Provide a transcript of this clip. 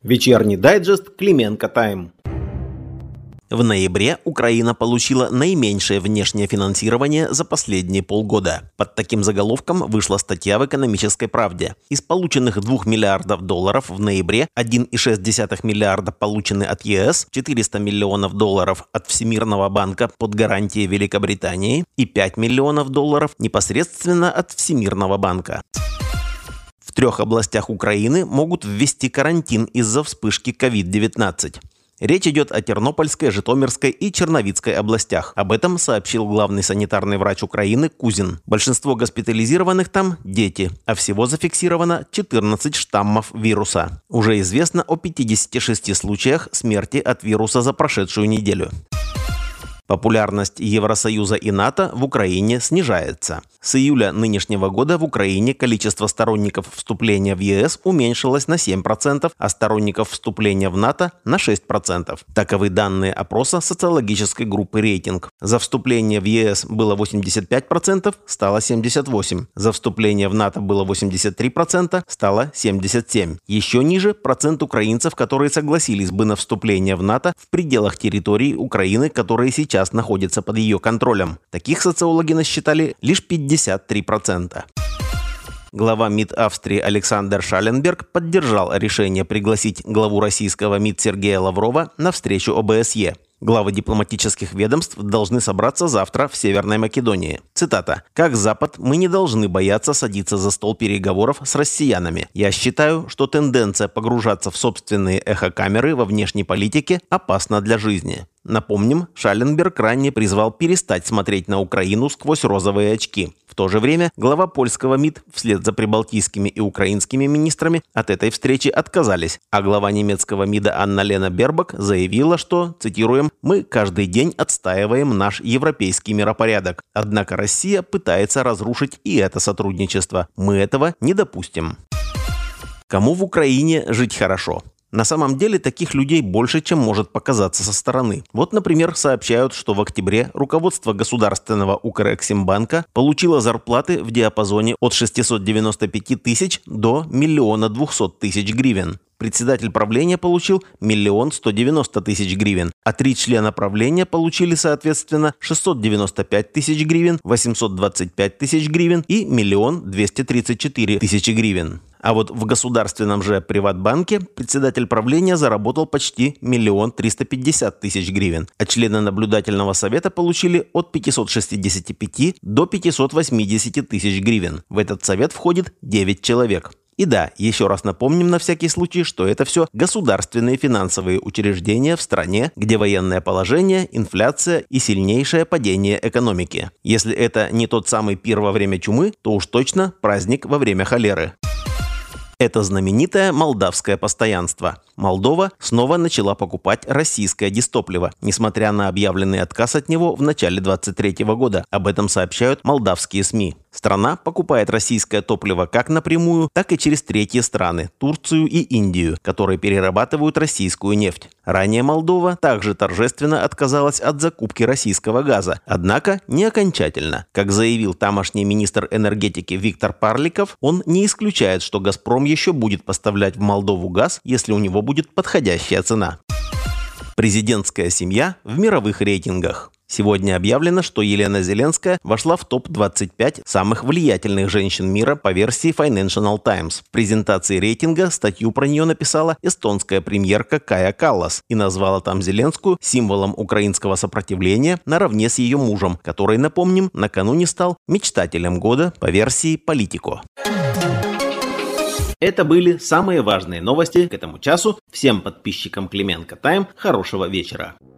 Вечерний дайджест Клименко Тайм. В ноябре Украина получила наименьшее внешнее финансирование за последние полгода. Под таким заголовком вышла статья в «Экономической правде». Из полученных $2 миллиардов в ноябре 1,6 миллиарда получены от ЕС, $400 миллионов от Всемирного банка под гарантией Великобритании и $5 миллионов непосредственно от Всемирного банка. В 3 областях Украины могут ввести карантин из-за вспышки COVID-19. Речь идет о Тернопольской, Житомирской и Черновицкой областях. Об этом сообщил главный санитарный врач Украины Кузин. Большинство госпитализированных там – дети, а всего зафиксировано 14 штаммов вируса. Уже известно о 56 случаях смерти от вируса за прошедшую неделю. Популярность Евросоюза и НАТО в Украине снижается. С июля нынешнего года в Украине количество сторонников вступления в ЕС уменьшилось на 7%, а сторонников вступления в НАТО на 6%. Таковы данные опроса социологической группы «Рейтинг». За вступление в ЕС было 85%, стало 78%. За вступление в НАТО было 83%, стало 77%. Еще ниже процент украинцев, которые согласились бы на вступление в НАТО в пределах территории Украины, которые сейчас находятся под ее контролем. Таких социологи насчитали лишь 53%. Глава МИД Австрии Александр Шалленберг поддержал решение пригласить главу российского МИД Сергея Лаврова на встречу ОБСЕ. Главы дипломатических ведомств должны собраться завтра в Северной Македонии. Цитата. «Как Запад, мы не должны бояться садиться за стол переговоров с россиянами. Я считаю, что тенденция погружаться в собственные эхокамеры во внешней политике опасна для жизни». Напомним, Шалленберг ранее призвал перестать смотреть на Украину сквозь розовые очки. В то же время глава польского МИД вслед за прибалтийскими и украинскими министрами от этой встречи отказались, а глава немецкого МИДа Анна-Лена Бербок заявила, что, цитируем, «мы каждый день отстаиваем наш европейский миропорядок. Однако Россия пытается разрушить и это сотрудничество. Мы этого не допустим». Кому в Украине жить хорошо? На самом деле таких людей больше, чем может показаться со стороны. Вот, например, сообщают, что в октябре руководство государственного Укрексимбанка получило зарплаты в диапазоне от 695 тысяч до 1 200 000 гривен. Председатель правления получил 1 190 000 гривен, а 3 члена правления получили, соответственно, 695 000 гривен, 825 000 гривен и 1 234 000 гривен. А вот в государственном же Приватбанке председатель правления заработал почти 1 350 000 гривен, а члены наблюдательного совета получили от 565 до 580 тысяч гривен. В этот совет входит 9 человек. И да, еще раз напомним на всякий случай, что это все государственные финансовые учреждения в стране, где военное положение, инфляция и сильнейшее падение экономики. Если это не тот самый пир во время чумы, то уж точно праздник во время холеры. Это знаменитое молдавское постоянство. Молдова снова начала покупать российское дизтопливо, несмотря на объявленный отказ от него в начале 2023 года. Об этом сообщают молдавские СМИ. Страна покупает российское топливо как напрямую, так и через третьи страны – Турцию и Индию, которые перерабатывают российскую нефть. Ранее Молдова также торжественно отказалась от закупки российского газа, однако не окончательно. Как заявил тамошний министр энергетики Виктор Парликов, он не исключает, что «Газпром» еще будет поставлять в Молдову газ, если у него будет подходящая цена. Президентская семья в мировых рейтингах. Сегодня объявлено, что Елена Зеленская вошла в топ-25 самых влиятельных женщин мира по версии Financial Times. В презентации рейтинга статью про нее написала эстонская премьерка Кая Каллас и назвала там Зеленскую символом украинского сопротивления наравне с ее мужем, который, напомним, накануне стал мечтателем года по версии Politico. Это были самые важные новости к этому часу. Всем подписчикам Клименко Тайм хорошего вечера.